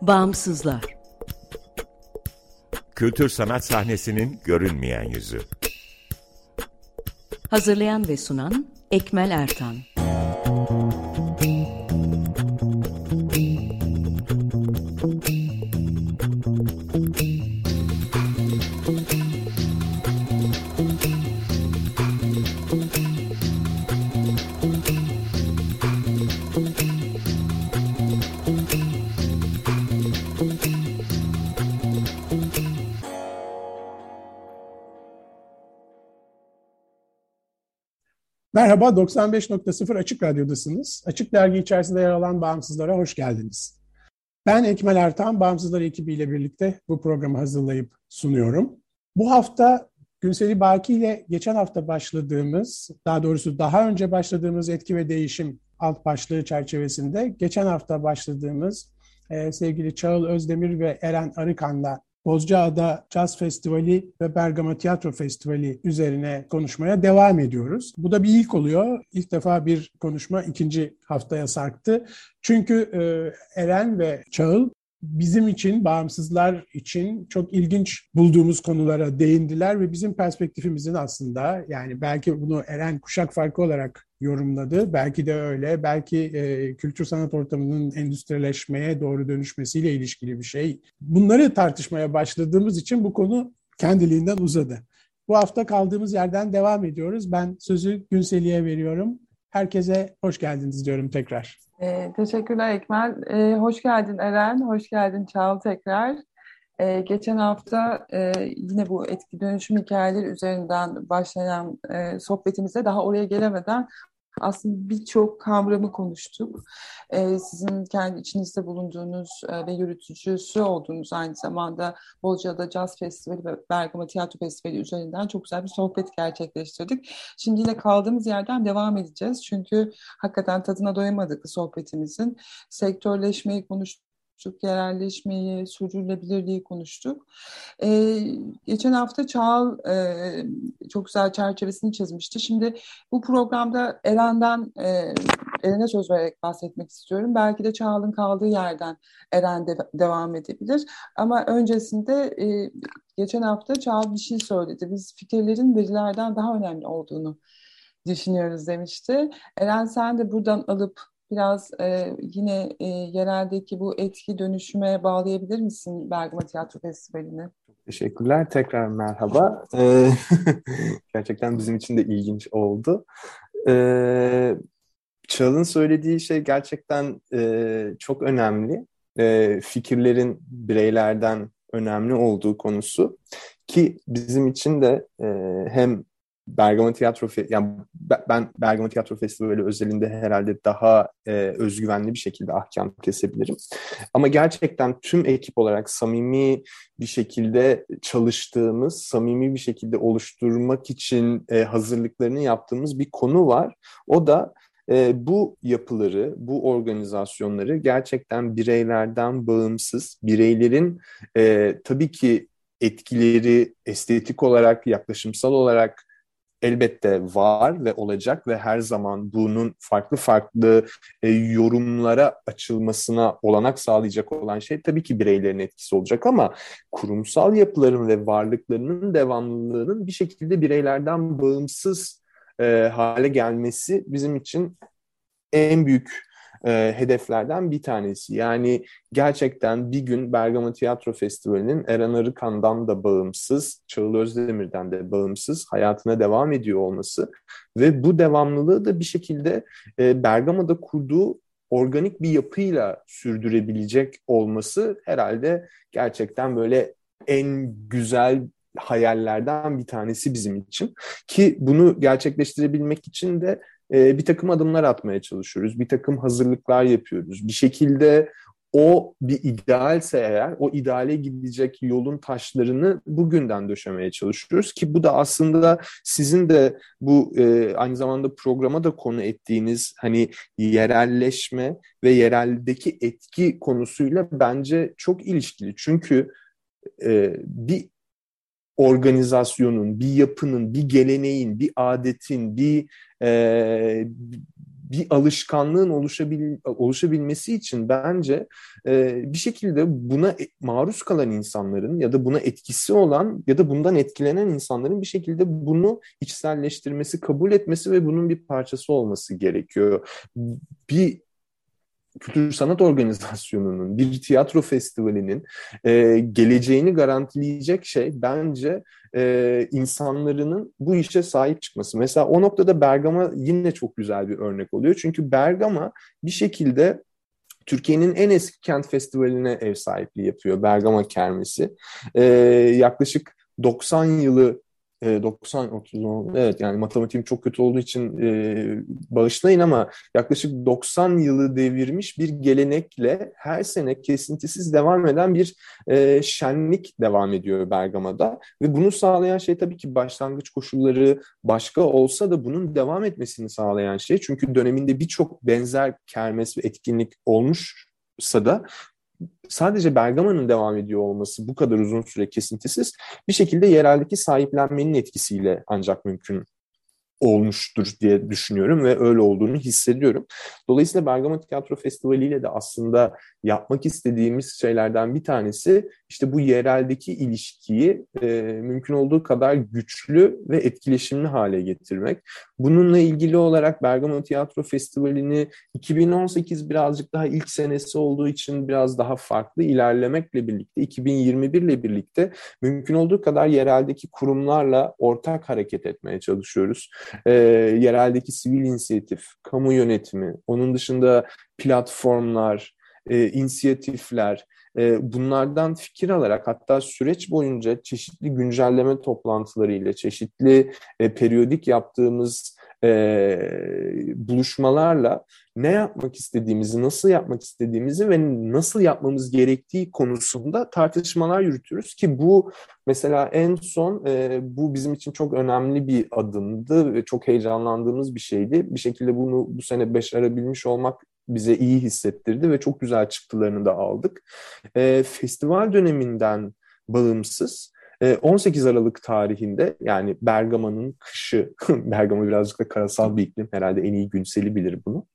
Bağımsızlar. Kültür sanat sahnesinin görünmeyen yüzü. Hazırlayan ve sunan Ekmel Ertan. Merhaba, 95.0 Açık Radyo'dasınız. Açık Dergi içerisinde yer alan Bağımsızlar'a hoş geldiniz. Ben Ekmel Ertan, Bağımsızlar ekibiyle birlikte bu programı hazırlayıp sunuyorum. Bu hafta Günseli Baki ile geçen hafta başladığımız, daha doğrusu daha önce başladığımız etki ve değişim alt başlığı çerçevesinde geçen hafta başladığımız sevgili Çağıl Özdemir ve Eren Arıkan'la Bozcaada Caz Festivali ve Bergama Tiyatro Festivali üzerine konuşmaya devam ediyoruz. Bu da bir ilk oluyor. İlk defa bir konuşma ikinci haftaya sarktı. Çünkü Eren ve Çağıl bizim için, bağımsızlar için çok ilginç bulduğumuz konulara değindiler ve bizim perspektifimizin aslında, yani belki bunu Eren kuşak farkı olarak yorumladı, belki de öyle, belki kültür sanat ortamının endüstrileşmeye doğru dönüşmesiyle ilişkili bir şey. Bunları tartışmaya başladığımız için bu konu kendiliğinden uzadı. Bu hafta kaldığımız yerden devam ediyoruz. Ben sözü Günseli'ye veriyorum. Herkese hoş geldiniz diyorum tekrar. Teşekkürler Ekmel. Hoş geldin Eren, hoş geldin Çağıl tekrar. Geçen hafta yine bu etki dönüşüm hikayeleri üzerinden başlayan sohbetimize daha oraya gelemeden aslında birçok kavramı konuştuk. Sizin kendi içinizde bulunduğunuz ve yürütücüsü olduğunuz, aynı zamanda Bozcaada Caz Festivali ve Bergama Tiyatro Festivali üzerinden çok güzel bir sohbet gerçekleştirdik. Şimdi yine kaldığımız yerden devam edeceğiz. Çünkü hakikaten tadına doyamadık sohbetimizin. Sektörleşmeyi konuştuk, yerelleşmeyi, sürdürülebilirliği konuştuk. Geçen hafta Çağıl çok güzel çerçevesini çizmişti. Şimdi bu programda Eren'e söz vererek bahsetmek istiyorum. Belki de Çağıl'ın kaldığı yerden Eren devam edebilir. Ama öncesinde geçen hafta Çağıl bir şey söyledi. Biz fikirlerin verilerden daha önemli olduğunu düşünüyoruz demişti. Eren, sen de buradan alıp biraz yine yereldeki bu etki dönüşüme bağlayabilir misin Bergama Tiyatro Festivali'ni? Teşekkürler. Tekrar merhaba. Gerçekten bizim için de ilginç oldu. Çağıl'ın söylediği şey gerçekten çok önemli. Fikirlerin bireylerden önemli olduğu konusu. Ki bizim için de hem Bergama Tiyatro yani ben Bergama Tiyatro Festivali özelinde herhalde daha özgüvenli bir şekilde ahkam kesebilirim. Ama gerçekten tüm ekip olarak samimi bir şekilde çalıştığımız, samimi bir şekilde oluşturmak için hazırlıklarını yaptığımız bir konu var. O da bu yapıları, bu organizasyonları gerçekten bireylerden bağımsız, bireylerin tabii ki etkileri estetik olarak, yaklaşımsal olarak elbette var ve olacak ve her zaman bunun farklı farklı yorumlara açılmasına olanak sağlayacak olan şey tabii ki bireylerin etkisi olacak, ama kurumsal yapıların ve varlıklarının devamlılığının bir şekilde bireylerden bağımsız hale gelmesi bizim için en büyük hedeflerden bir tanesi. Yani gerçekten bir gün Bergama Tiyatro Festivali'nin Eren Arıkan'dan da bağımsız, Çağıl Özdemir'den de bağımsız hayatına devam ediyor olması ve bu devamlılığı da bir şekilde Bergama'da kurduğu organik bir yapıyla sürdürebilecek olması herhalde gerçekten böyle en güzel hayallerden bir tanesi bizim için. Ki bunu gerçekleştirebilmek için de bir takım adımlar atmaya çalışıyoruz. Bir takım hazırlıklar yapıyoruz. Bir şekilde o bir idealse eğer, o ideale gidecek yolun taşlarını bugünden döşemeye çalışıyoruz. Ki bu da aslında sizin de bu aynı zamanda programa da konu ettiğiniz hani yerelleşme ve yereldeki etki konusuyla bence çok ilişkili. Çünkü bir organizasyonun, bir yapının, bir geleneğin, bir adetin, bir alışkanlığın oluşabilmesi için bence bir şekilde buna maruz kalan insanların ya da buna etkisi olan ya da bundan etkilenen insanların bir şekilde bunu içselleştirmesi, kabul etmesi ve bunun bir parçası olması gerekiyor. Bir kültür sanat organizasyonunun, bir tiyatro festivalinin geleceğini garantileyecek şey bence insanların bu işe sahip çıkması. Mesela o noktada Bergama yine çok güzel bir örnek oluyor. Çünkü Bergama bir şekilde Türkiye'nin en eski kent festivaline ev sahipliği yapıyor. Bergama Kermesi. Yaklaşık 90 yılı 90 30 evet, yani matematiğim çok kötü olduğu için bağışlayın ama yaklaşık 90 yılı devirmiş bir gelenekle her sene kesintisiz devam eden bir şenlik devam ediyor Bergama'da ve bunu sağlayan şey tabii ki başlangıç koşulları başka olsa da bunun devam etmesini sağlayan şey, çünkü döneminde birçok benzer kermes ve etkinlik olmuşsa da sadece Bergama'nın devam ediyor olması bu kadar uzun süre kesintisiz bir şekilde yereldeki sahiplenmenin etkisiyle ancak mümkün olmuştur diye düşünüyorum ve öyle olduğunu hissediyorum. Dolayısıyla Bergama Tiyatro Festivali ile de aslında yapmak istediğimiz şeylerden bir tanesi işte bu yereldeki ilişkiyi mümkün olduğu kadar güçlü ve etkileşimli hale getirmek. Bununla ilgili olarak Bergama Tiyatro Festivali'ni 2018 birazcık daha ilk senesi olduğu için biraz daha farklı ilerlemekle birlikte 2021 ile birlikte mümkün olduğu kadar yereldeki kurumlarla ortak hareket etmeye çalışıyoruz. Yereldeki sivil inisiyatif, kamu yönetimi, onun dışında platformlar, inisiyatifler, bunlardan fikir alarak hatta süreç boyunca çeşitli güncelleme toplantılarıyla, çeşitli periyodik yaptığımız buluşmalarla ne yapmak istediğimizi, nasıl yapmak istediğimizi ve nasıl yapmamız gerektiği konusunda tartışmalar yürütüyoruz ki bu mesela en son bu bizim için çok önemli bir adımdı ve çok heyecanlandığımız bir şeydi. Bir şekilde bunu bu sene başarabilmiş olmak bize iyi hissettirdi ve çok güzel çıktılarını da aldık. Festival döneminden bağımsız 18 Aralık tarihinde, yani Bergama'nın kışı, Bergama birazcık da karasal bir iklim, herhalde en iyi Günsel'i bilir bunu.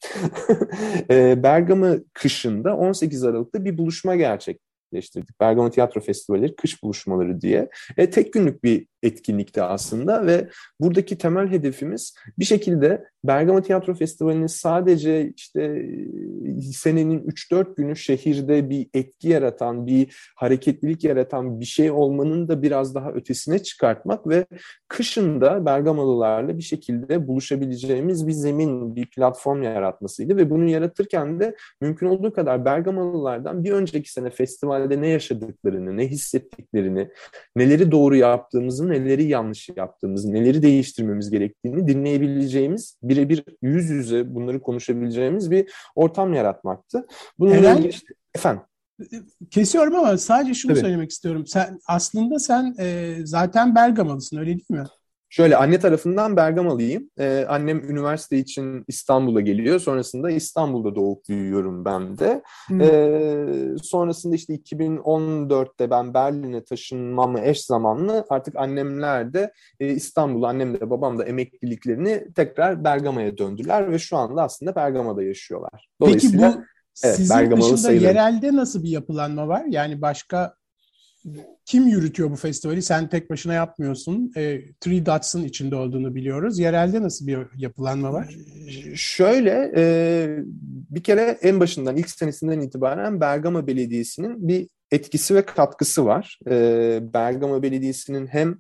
Bergama kışında 18 Aralık'ta bir buluşma gerçekleştirdik. Bergama Tiyatro Festivalleri kış buluşmaları diye. Tek günlük bir etkinlikti aslında ve buradaki temel hedefimiz bir şekilde Bergama Tiyatro Festivali'nin sadece işte senenin 3-4 günü şehirde bir etki yaratan, bir hareketlilik yaratan bir şey olmanın da biraz daha ötesine çıkartmak ve kışında Bergamalılarla bir şekilde buluşabileceğimiz bir zemin, bir platform yaratmasıydı ve bunu yaratırken de mümkün olduğu kadar Bergamalılardan bir önceki sene festivalde ne yaşadıklarını, ne hissettiklerini, neleri doğru yaptığımızı, neleri yanlış yaptığımızı, neleri değiştirmemiz gerektiğini dinleyebileceğimiz, birebir yüz yüze bunları konuşabileceğimiz bir ortam yaratmaktı. Bununla ilgili efendim. Kesiyorum ama sadece şunu Tabii. söylemek istiyorum. Sen zaten Bergamalısın, öyle değil mi? Şöyle, anne tarafından Bergamalıyım. Annem üniversite için İstanbul'a geliyor. Sonrasında İstanbul'da doğup büyüyorum ben de. Sonrasında işte 2014'te ben Berlin'e taşınmamı eş zamanlı artık annemler de İstanbul'da, annem de babam da emekliliklerini tekrar Bergama'ya döndüler ve şu anda aslında Bergama'da yaşıyorlar. Dolayısıyla peki bu sizin Bergamalı dışında sayılırım. yerelde nasıl bir yapılanma var? Yani başka kim yürütüyor bu festivali? Sen tek başına yapmıyorsun. Three Dots'ın içinde olduğunu biliyoruz. Yerelde nasıl bir yapılanma var? Şöyle, bir kere en başından, ilk senesinden itibaren Bergama Belediyesi'nin bir etkisi ve katkısı var. Bergama Belediyesi'nin hem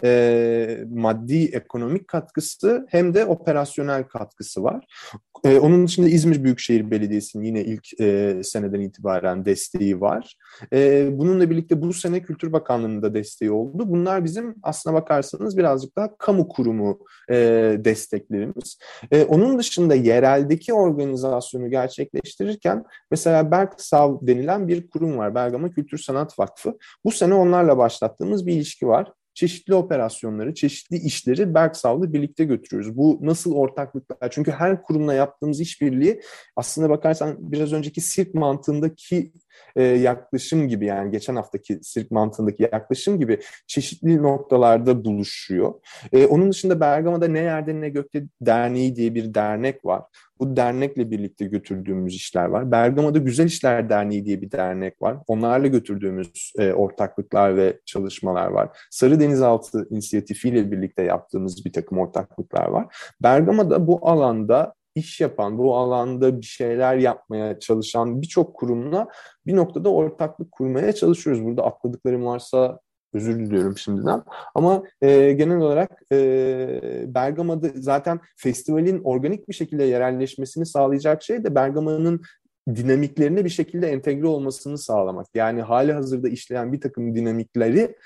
maddi ekonomik katkısı hem de operasyonel katkısı var. Onun dışında İzmir Büyükşehir Belediyesi'nin yine ilk seneden itibaren desteği var. Bununla birlikte bu sene Kültür Bakanlığı'nın da desteği oldu. Bunlar bizim aslına bakarsanız birazcık daha kamu kurumu desteklerimiz. Onun dışında yereldeki organizasyonu gerçekleştirirken mesela Bergsav denilen bir kurum var. Bergama Kültür Sanat Vakfı. Bu sene onlarla başlattığımız bir ilişki var. Çeşitli operasyonları, çeşitli işleri Bergsav'la birlikte götürüyoruz. Bu nasıl ortaklıklar? Çünkü her kurumla yaptığımız işbirliği aslında bakarsan biraz önceki sirk mantığındaki yaklaşım gibi, yani geçen haftaki sirk mantığındaki yaklaşım gibi çeşitli noktalarda buluşuyor. Onun dışında Bergama'da Ne Yerde Ne Gökte Derneği diye bir dernek var. Bu dernekle birlikte götürdüğümüz işler var. Bergama'da Güzel İşler Derneği diye bir dernek var. Onlarla götürdüğümüz ortaklıklar ve çalışmalar var. Sarı Denizaltı İnisiyatifiyle birlikte yaptığımız bir takım ortaklıklar var. Bergama'da bu alanda iş yapan, bu alanda bir şeyler yapmaya çalışan birçok kurumla bir noktada ortaklık kurmaya çalışıyoruz. Burada atladıklarım varsa özür diliyorum şimdiden. Ama genel olarak Bergama'da zaten festivalin organik bir şekilde yerelleşmesini sağlayacak şey de Bergama'nın dinamiklerine bir şekilde entegre olmasını sağlamak. Yani hali hazırda işleyen bir takım dinamikleri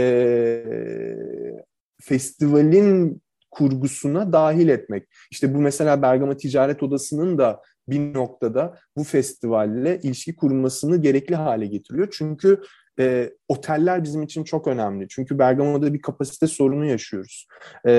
festivalin kurgusuna dahil etmek. İşte bu mesela Bergama Ticaret Odası'nın da bir noktada bu festivalle ilişki kurulmasını gerekli hale getiriyor. Çünkü oteller bizim için çok önemli. Çünkü Bergama'da bir kapasite sorunu yaşıyoruz.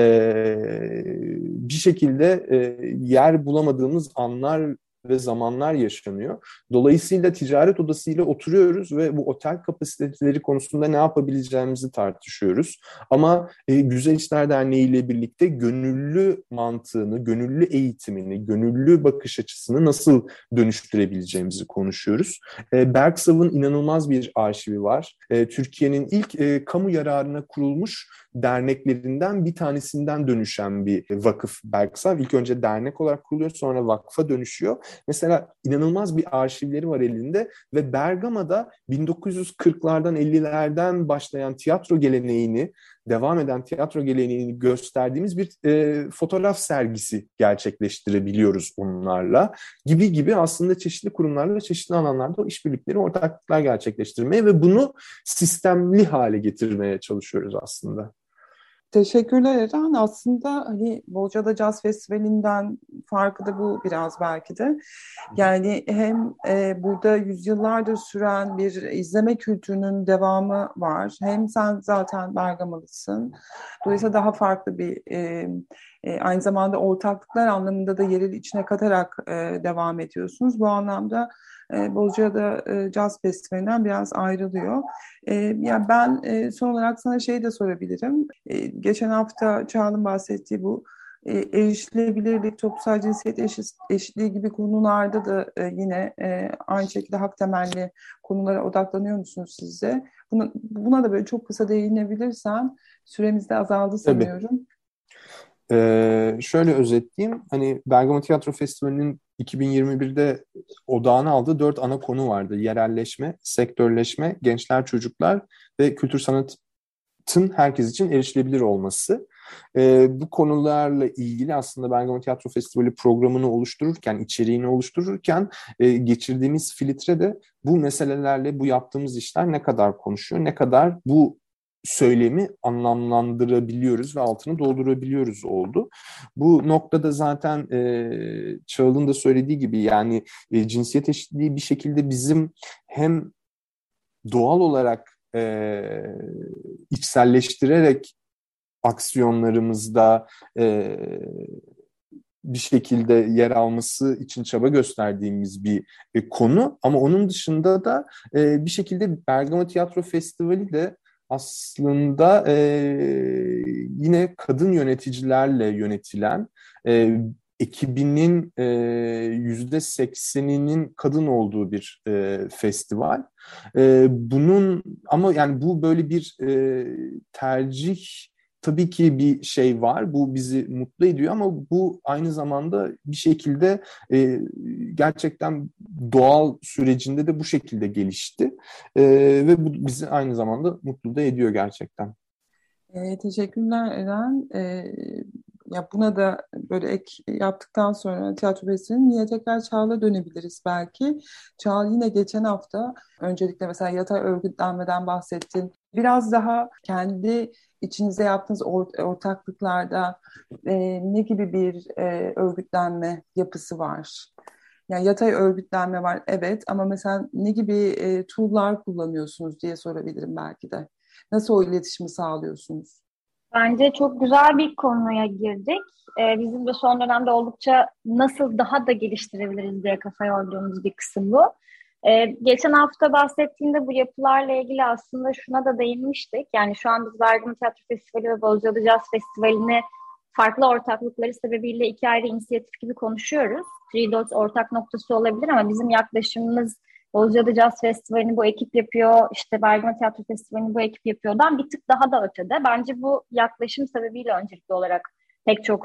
Bir şekilde yer bulamadığımız anlar ve zamanlar yaşanıyor. Dolayısıyla ticaret odasıyla oturuyoruz ve bu otel kapasiteleri konusunda ne yapabileceğimizi tartışıyoruz. Ama Güzel İşler Derneği ile birlikte gönüllü mantığını, gönüllü eğitimini, gönüllü bakış açısını nasıl dönüştürebileceğimizi konuşuyoruz. Bergsav'ın inanılmaz bir arşivi var. Türkiye'nin ilk kamu yararına kurulmuş derneklerinden bir tanesinden dönüşen bir vakıf Bergsav. İlk önce dernek olarak kuruluyor, sonra vakfa dönüşüyor. Mesela inanılmaz bir arşivleri var elinde ve Bergama'da 1940'lardan 50'lerden başlayan tiyatro geleneğini, devam eden tiyatro geleneğini gösterdiğimiz bir fotoğraf sergisi gerçekleştirebiliyoruz onlarla. Gibi aslında çeşitli kurumlarla çeşitli alanlarda o işbirlikleri, ortaklıklar gerçekleştirmeye ve bunu sistemli hale getirmeye çalışıyoruz aslında. Teşekkürler Eren. Aslında hani Bozcaada Caz Festivali'nden farkı da bu biraz belki de. Yani hem burada yüzyıllardır süren bir izleme kültürünün devamı var. Hem sen zaten Bergamalısın. Dolayısıyla daha farklı bir aynı zamanda ortaklıklar anlamında da yerel içine katarak devam ediyorsunuz. Bu anlamda Bozcaada Caz Festivali'nden biraz ayrılıyor. Yani ben son olarak sana şey de sorabilirim. Geçen hafta Çağla'nın bahsettiği bu erişilebilirlik, toplumsal cinsiyet eşitliği gibi konularda da yine aynı şekilde hak temelli konulara odaklanıyor musunuz siz de? Buna da böyle çok kısa değinebilirsen, süremiz de azaldı sanıyorum. Tabii. Şöyle özetleyeyim. Hani Bergama Tiyatro Festivali'nin 2021'de odağına aldığı 4 ana konu vardı. Yerelleşme, sektörleşme, gençler, çocuklar ve kültür sanatın herkes için erişilebilir olması. Bu konularla ilgili aslında Bergama Tiyatro Festivali programını oluştururken, içeriğini oluştururken geçirdiğimiz filtre de bu meselelerle bu yaptığımız işler ne kadar konuşuyor, ne kadar bu söylemi anlamlandırabiliyoruz ve altını doldurabiliyoruz oldu. Bu noktada zaten Çağıl'ın da söylediği gibi yani cinsiyet eşitliği bir şekilde bizim hem doğal olarak içselleştirerek aksiyonlarımızda bir şekilde yer alması için çaba gösterdiğimiz bir konu. Ama onun dışında da bir şekilde Bergama Tiyatro Festivali de aslında yine kadın yöneticilerle yönetilen ekibinin %80'inin kadın olduğu bir festival. Bunun ama yani bu böyle bir tercih, tabii ki bir şey var. Bu bizi mutlu ediyor ama bu aynı zamanda bir şekilde gerçekten doğal sürecinde de bu şekilde gelişti. Ve bu bizi aynı zamanda mutlu da ediyor gerçekten. Teşekkürler Eren. Ya buna da böyle ek yaptıktan sonra tiyatro festivali'nin yine tekrar Çağla'ya dönebiliriz belki. Çağla yine geçen hafta öncelikle mesela yatay örgütlenmeden bahsettin. Biraz daha kendi içinizde yaptığınız ortaklıklarda ne gibi bir örgütlenme yapısı var? Yani yatay örgütlenme var evet ama mesela ne gibi tool'lar kullanıyorsunuz diye sorabilirim belki de. Nasıl o iletişimi sağlıyorsunuz? Bence çok güzel bir konuya girdik. Bizim de son dönemde oldukça nasıl daha da geliştirebiliriz diye kafa yorduğumuz bir kısım bu. Geçen hafta bahsettiğimde bu yapılarla ilgili aslında şuna da değinmiştik. Yani şu an biz Bergama Tiyatro Festivali ve Bozcaada Jazz Festivali'ni farklı ortaklıkları sebebiyle iki ayrı inisiyatif gibi konuşuyoruz. Three Dots ortak noktası olabilir ama bizim yaklaşımımız Bozcaada Jazz Festivali'ni bu ekip yapıyor, işte Bergama Tiyatro Festivali'ni bu ekip yapıyordan bir tık daha da ötede. Bence bu yaklaşım sebebiyle öncelikli olarak pek çok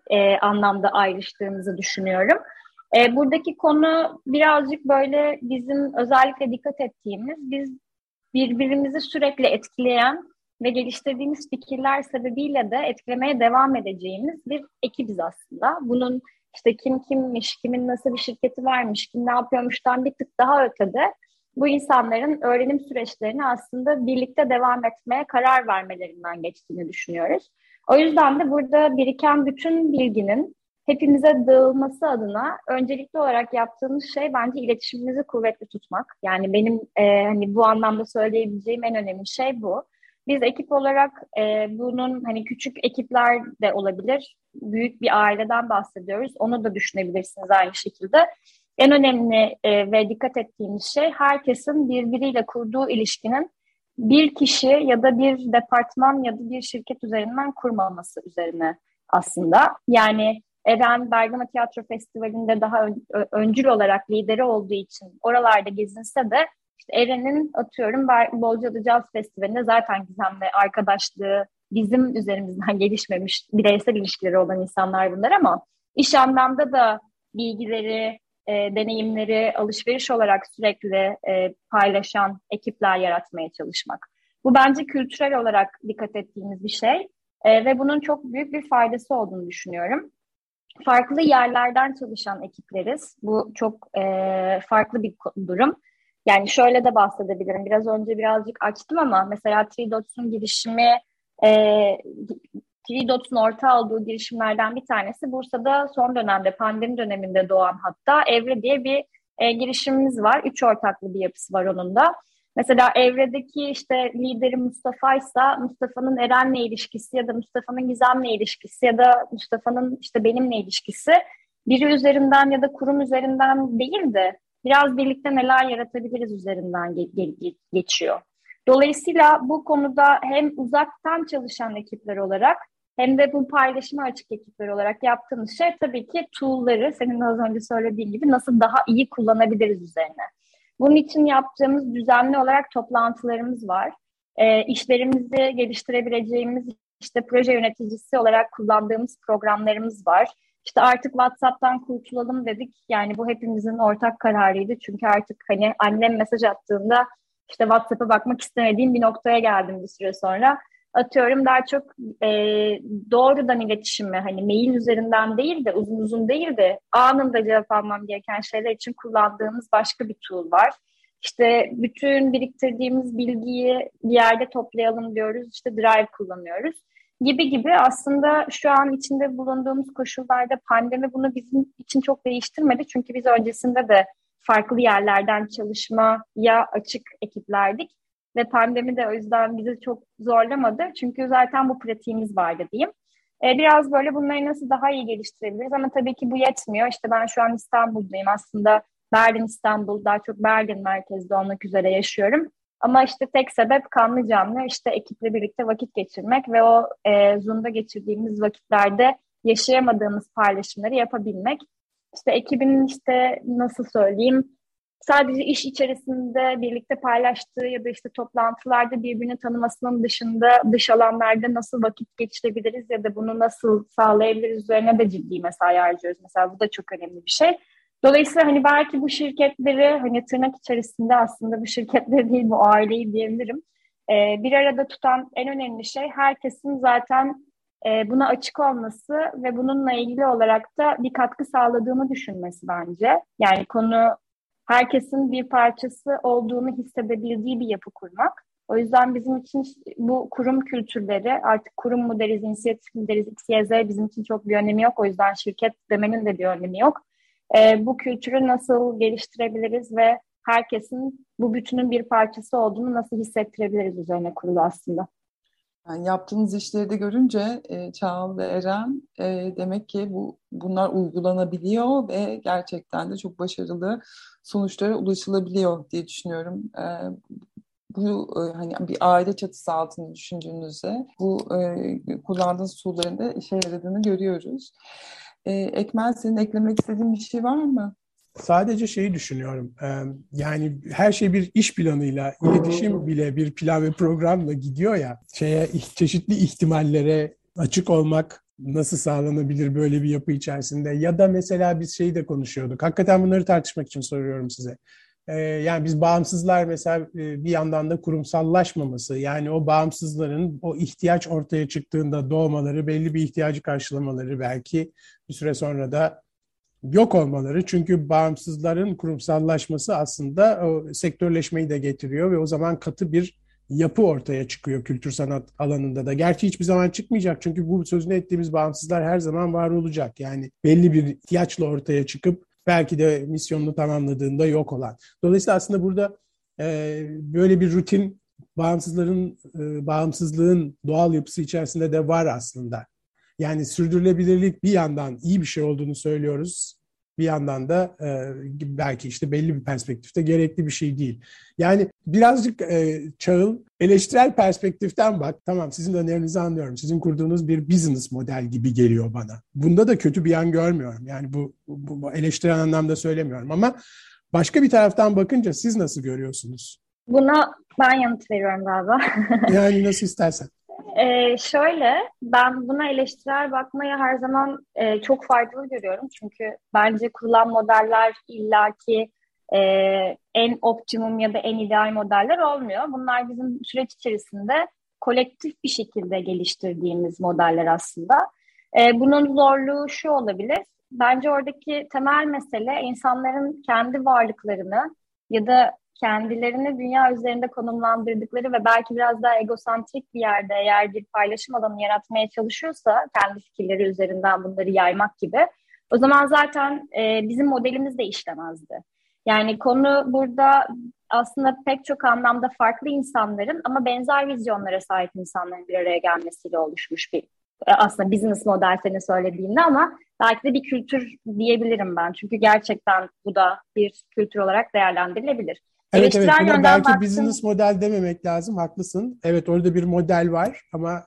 anlamda ayrıştığımızı düşünüyorum. Buradaki konu birazcık böyle bizim özellikle dikkat ettiğimiz, biz birbirimizi sürekli etkileyen ve geliştirdiğimiz fikirler sebebiyle de etkilemeye devam edeceğimiz bir ekibiz aslında. Bunun işte kim kimmiş, kimin nasıl bir şirketi varmış, kim ne yapıyormuştan bir tık daha ötede bu insanların öğrenim süreçlerini aslında birlikte devam etmeye karar vermelerinden geçtiğini düşünüyoruz. O yüzden de burada biriken bütün bilginin hepimize dağılması adına öncelikli olarak yaptığımız şey bence iletişimimizi kuvvetli tutmak. Yani benim hani bu anlamda söyleyebileceğim en önemli şey bu. Biz ekip olarak bunun hani küçük ekipler de olabilir, büyük bir aileden bahsediyoruz. Onu da düşünebilirsiniz aynı şekilde. En önemli ve dikkat ettiğimiz şey herkesin birbiriyle kurduğu ilişkinin bir kişi ya da bir departman ya da bir şirket üzerinden kurmaması üzerine aslında. Yani Eren Bergama Tiyatro Festivali'nde daha öncül olarak lideri olduğu için oralarda gezinse de işte Eren'in atıyorum Bozcaada Jazz Festivali'nde zaten Gizem'le arkadaşlığı bizim üzerimizden gelişmemiş bireysel ilişkileri olan insanlar bunlar ama iş anlamda da bilgileri, deneyimleri alışveriş olarak sürekli paylaşan ekipler yaratmaya çalışmak. Bu bence kültürel olarak dikkat ettiğimiz bir şey ve bunun çok büyük bir faydası olduğunu düşünüyorum. Farklı yerlerden çalışan ekipleriz. Bu çok farklı bir durum. Yani şöyle de bahsedebilirim. Biraz önce birazcık açtım ama mesela Three Dots'un girişimi, Three Dots'un ortağı olduğu girişimlerden bir tanesi Bursa'da son dönemde, pandemi döneminde doğan hatta Evre diye bir girişimimiz var. 3 ortaklı bir yapısı var onun da. Mesela Evre'deki işte lideri Mustafa'ysa Mustafa'nın Eren'le ilişkisi ya da Mustafa'nın Gizem'le ilişkisi ya da Mustafa'nın işte benimle ilişkisi biri üzerinden ya da kurum üzerinden değil de biraz birlikte neler yaratabiliriz üzerinden geçiyor. Dolayısıyla bu konuda hem uzaktan çalışan ekipler olarak hem de bu paylaşıma açık ekipler olarak yaptığımız şey tabii ki tool'ları senin az önce söylediğin gibi nasıl daha iyi kullanabiliriz üzerine. Bunun için yaptığımız düzenli olarak toplantılarımız var. İşlerimizi geliştirebileceğimiz işte proje yöneticisi olarak kullandığımız programlarımız var. İşte artık WhatsApp'tan kurtulalım dedik. Yani bu hepimizin ortak kararıydı. Çünkü artık hani annem mesaj attığında işte WhatsApp'a bakmak istemediğim bir noktaya geldim bir süre sonra. Atıyorum daha çok doğrudan iletişimi hani mail üzerinden değil de uzun uzun değil de anında cevap almam gereken şeyler için kullandığımız başka bir tool var. İşte bütün biriktirdiğimiz bilgiyi bir yerde toplayalım diyoruz. İşte Drive kullanıyoruz. Gibi aslında şu an içinde bulunduğumuz koşullarda pandemi bunu bizim için çok değiştirmedi. Çünkü biz öncesinde de farklı yerlerden çalışmaya açık ekiplerdik. Ve pandemi de o yüzden bizi çok zorlamadı. Çünkü zaten bu pratiğimiz vardı diyeyim. Biraz böyle bunları nasıl daha iyi geliştirebiliriz ama tabii ki bu yetmiyor. İşte ben şu an İstanbul'dayım. Aslında Berlin, İstanbul, daha çok Berlin merkezde olmak üzere yaşıyorum. Ama işte tek sebep kanlı canlı işte ekiple birlikte vakit geçirmek ve o Zoom'da geçirdiğimiz vakitlerde yaşayamadığımız paylaşımları yapabilmek. İşte ekibin işte nasıl söyleyeyim sadece iş içerisinde birlikte paylaştığı ya da işte toplantılarda birbirini tanımasının dışında dış alanlarda nasıl vakit geçirebiliriz ya da bunu nasıl sağlayabiliriz üzerine de ciddi mesai harcıyoruz. Mesela bu da çok önemli bir şey. Dolayısıyla hani belki bu şirketleri hani tırnak içerisinde aslında bu şirketleri değil bu aileyi diyebilirim. Bir arada tutan en önemli şey herkesin zaten buna açık olması ve bununla ilgili olarak da bir katkı sağladığını düşünmesi bence. Yani konu herkesin bir parçası olduğunu hissedebildiği bir yapı kurmak. O yüzden bizim için bu kurum kültürleri artık kurum mu deriz, inisiyatif mi deriz, X, Y, Z bizim için çok bir önemi yok. O yüzden şirket demenin de bir önemi yok. Bu kültürü nasıl geliştirebiliriz ve herkesin bu bütünün bir parçası olduğunu nasıl hissettirebiliriz üzerine kurulu aslında. Yani yaptığınız işleri de görünce Çağıl ve Eren, demek ki bunlar uygulanabiliyor ve gerçekten de çok başarılı sonuçlara ulaşılabiliyor diye düşünüyorum. Hani bir aile çatısı altında düşündüğünüzde kullandığınız tool'ların da işe yaradığını görüyoruz. Ekmel, senin eklemek istediğin bir şey var mı? Sadece şeyi düşünüyorum. Yani her şey bir iş planıyla, iletişim bile bir plan ve programla gidiyor ya. Çeşitli ihtimallere açık olmak nasıl sağlanabilir böyle bir yapı içerisinde? Ya da mesela biz şeyi de konuşuyorduk. Hakikaten bunları tartışmak için soruyorum size. Yani biz bağımsızlar mesela bir yandan da kurumsallaşmaması, yani o bağımsızların o ihtiyaç ortaya çıktığında doğmaları, belli bir ihtiyacı karşılamaları, belki bir süre sonra da yok olmaları. Çünkü bağımsızların kurumsallaşması aslında o sektörleşmeyi de getiriyor ve o zaman katı bir yapı ortaya çıkıyor kültür sanat alanında da. Gerçi hiçbir zaman çıkmayacak, çünkü bu sözünü ettiğimiz bağımsızlar her zaman var olacak. Yani belli bir ihtiyaçla ortaya çıkıp belki de misyonunu tamamladığında yok olan. Dolayısıyla aslında burada böyle bir rutin bağımsızlığın doğal yapısı içerisinde de var aslında. Yani sürdürülebilirlik bir yandan iyi bir şey olduğunu söylüyoruz. Bir yandan da belki işte belli bir perspektifte gerekli bir şey değil. Yani birazcık Çağıl, eleştirel perspektiften bak. Tamam, sizin önerinizi anlıyorum. Sizin kurduğunuz bir business model gibi geliyor bana. Bunda da kötü bir yan görmüyorum. Yani bu eleştirel anlamda söylemiyorum ama başka bir taraftan bakınca siz nasıl görüyorsunuz? Buna ben yanıt veriyorum galiba. Yani nasıl istersen. Şöyle, ben buna eleştirel bakmayı her zaman çok faydalı görüyorum. Çünkü bence kurulan modeller illaki en optimum ya da en ideal modeller olmuyor. Bunlar bizim süreç içerisinde kolektif bir şekilde geliştirdiğimiz modeller aslında. Bunun zorluğu şu olabilir. Bence oradaki temel mesele insanların kendi varlıklarını ya da kendilerini dünya üzerinde konumlandırdıkları ve belki biraz daha egosantrik bir yerde eğer bir paylaşım alanı yaratmaya çalışıyorsa kendi fikirleri üzerinden bunları yaymak gibi, o zaman zaten bizim modelimiz de işlemezdi. Yani konu burada aslında pek çok anlamda farklı insanların ama benzer vizyonlara sahip insanların bir araya gelmesiyle oluşmuş bir aslında business model senin söylediğinde, ama belki de bir kültür diyebilirim ben. Çünkü gerçekten bu da bir kültür olarak değerlendirilebilir. Evet, Eleştirel buna yönden belki baktım. business model dememek lazım, haklısın. Evet, orada bir model var ama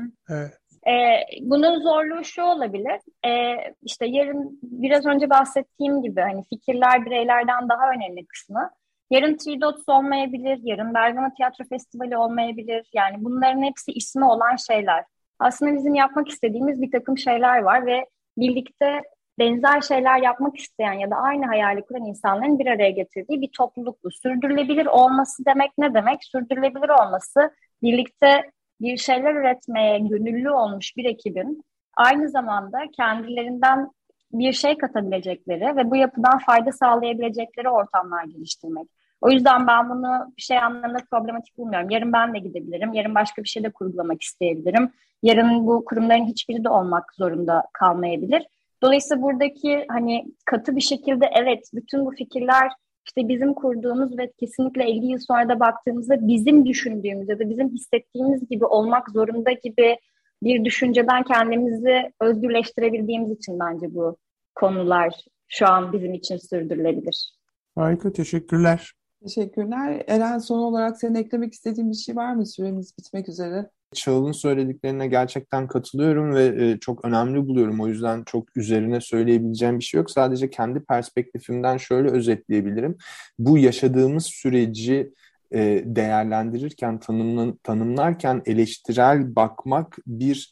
Bunun zorluğu şu olabilir. İşte yarın biraz önce bahsettiğim gibi hani fikirler bireylerden daha önemli kısmı. Yarın Three Dots olmayabilir, yarın Bergama Tiyatro Festivali olmayabilir. Yani bunların hepsi ismi olan şeyler. Aslında bizim yapmak istediğimiz bir takım şeyler var ve birlikte benzer şeyler yapmak isteyen ya da aynı hayali kuran insanların bir araya getirdiği bir topluluk bu. Sürdürülebilir olması demek ne demek? Sürdürülebilir olması, birlikte bir şeyler üretmeye gönüllü olmuş bir ekibin aynı zamanda kendilerinden bir şey katabilecekleri ve bu yapıdan fayda sağlayabilecekleri ortamlar geliştirmek. O yüzden ben bunu bir şey anlamda problematik bulmuyorum. Yarın ben de gidebilirim, yarın başka bir şey de kurgulamak isteyebilirim. Yarın bu kurumların hiçbiri de olmak zorunda kalmayabilir. Dolayısıyla buradaki hani katı bir şekilde evet bütün bu fikirler işte bizim kurduğumuz ve kesinlikle 50 yıl sonra da baktığımızda bizim düşündüğümüz ya da bizim hissettiğimiz gibi olmak zorunda gibi bir düşünceden kendimizi özgürleştirebildiğimiz için bence bu konular şu an bizim için sürdürülebilir. harika, teşekkürler. Teşekkürler. Eren, son olarak senin eklemek istediğin bir şey var mı? Süremiz bitmek üzere. Çağıl'ın söylediklerine gerçekten katılıyorum ve çok önemli buluyorum. O yüzden çok üzerine söyleyebileceğim bir şey yok. Sadece kendi perspektifimden şöyle özetleyebilirim. Bu yaşadığımız süreci değerlendirirken, tanımlarken eleştirel bakmak bir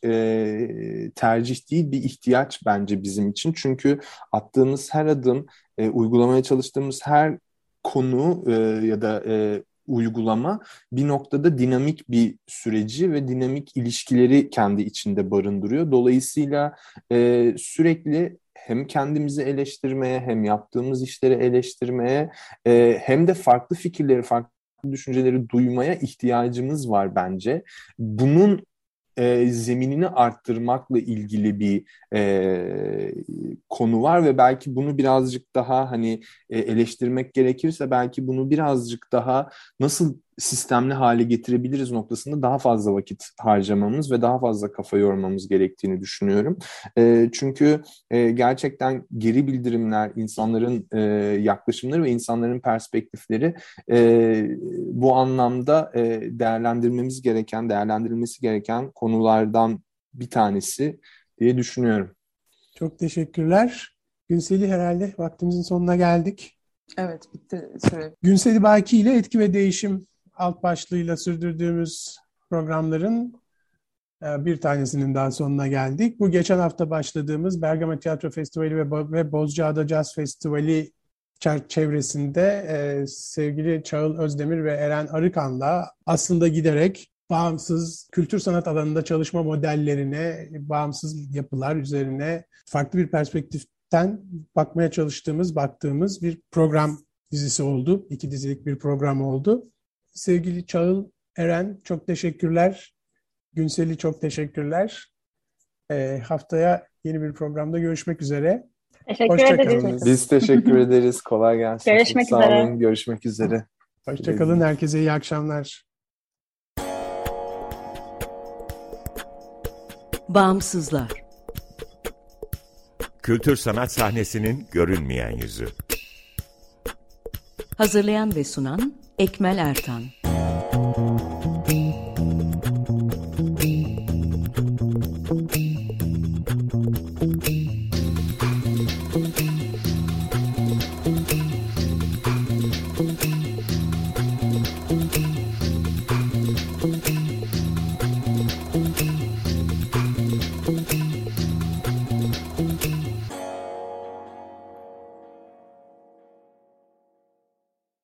tercih değil, bir ihtiyaç bence bizim için. Çünkü attığımız her adım, uygulamaya çalıştığımız her konu ya da uygulama bir noktada dinamik bir süreci ve dinamik ilişkileri kendi içinde barındırıyor. Dolayısıyla sürekli hem kendimizi eleştirmeye, hem yaptığımız işleri eleştirmeye, hem de farklı fikirleri, farklı düşünceleri duymaya ihtiyacımız var bence. Bunun zeminini arttırmakla ilgili bir konu var ve belki bunu birazcık daha hani eleştirmek gerekirse belki bunu birazcık daha nasıl sistemli hale getirebiliriz noktasında daha fazla vakit harcamamız ve daha fazla kafa yormamız gerektiğini düşünüyorum. Çünkü gerçekten geri bildirimler, insanların yaklaşımları ve insanların perspektifleri bu anlamda değerlendirilmesi gereken konulardan bir tanesi diye düşünüyorum. Çok teşekkürler. Günsel'i herhalde vaktimizin sonuna geldik. Evet, bitti süre. Günseli Baki ile etki ve değişim alt başlığıyla sürdürdüğümüz programların bir tanesinin daha sonuna geldik. Bu geçen hafta başladığımız Bergama Tiyatro Festivali ve Bozcaada Jazz Festivali çevresinde sevgili Çağıl Özdemir ve Eren Arıkan'la aslında giderek bağımsız kültür sanat alanında çalışma modellerine, bağımsız yapılar üzerine farklı bir perspektiften baktığımız bir program dizisi oldu. 2 dizilik bir program oldu. Sevgili Çağıl, Eren çok teşekkürler. Günsel'i çok teşekkürler. Haftaya yeni bir programda görüşmek üzere. Teşekkür Hoşça ederiz. kalın. Biz teşekkür ederiz. Kolay gelsin. Görüşmek Sağ üzere. olun. Görüşmek üzere. Hoşça kalın. Herkese iyi akşamlar. Bağımsızlar. Kültür sanat sahnesinin görünmeyen yüzü. Hazırlayan ve sunan Ekmel Ertan.